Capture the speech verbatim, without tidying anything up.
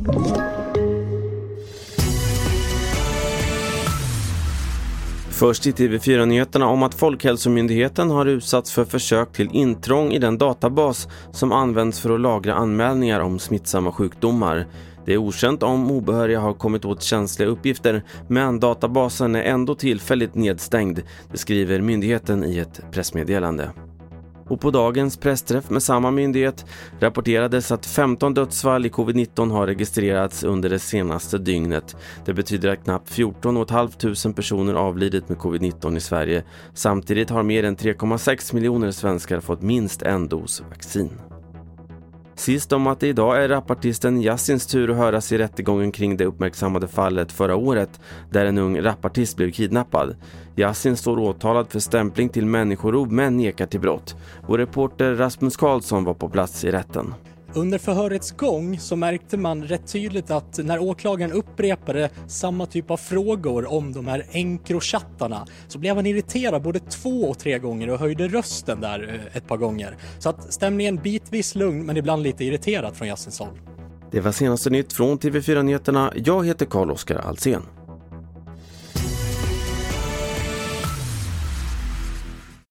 Först i T V fyra-nyheterna om att Folkhälsomyndigheten har utsatts för försök till intrång i den databas som används för att lagra anmälningar om smittsamma sjukdomar. Det är okänt om obehöriga har kommit åt känsliga uppgifter, men databasen är ändå tillfälligt nedstängd, det skriver myndigheten i ett pressmeddelande. Och på dagens pressträff med samma myndighet rapporterades att femton dödsfall i covid nitton har registrerats under det senaste dygnet. Det betyder att knappt fjorton tusen femhundra personer avlidit med covid nitton i Sverige. Samtidigt har mer än tre komma sex miljoner svenskar fått minst en dos vaccin. Sist om att det idag är rapartisten Yassins tur att höras i rättegången kring det uppmärksammade fallet förra året där en ung rapartist blev kidnappad. Yassin står åtalad för stämpling till människorov men nekar till brott. Vår reporter Rasmus Karlsson var på plats i rätten. Under förhörets gång så märkte man rätt tydligt att när åklagaren upprepade samma typ av frågor om de här Encrochattarna så blev han irriterad både två och tre gånger och höjde rösten där ett par gånger. Så att stämningen bitvis lugn men ibland lite irriterad från Yassins håll. Det var senaste nytt från T V fyra-nyheterna. Jag heter Carl-Oskar Alsen.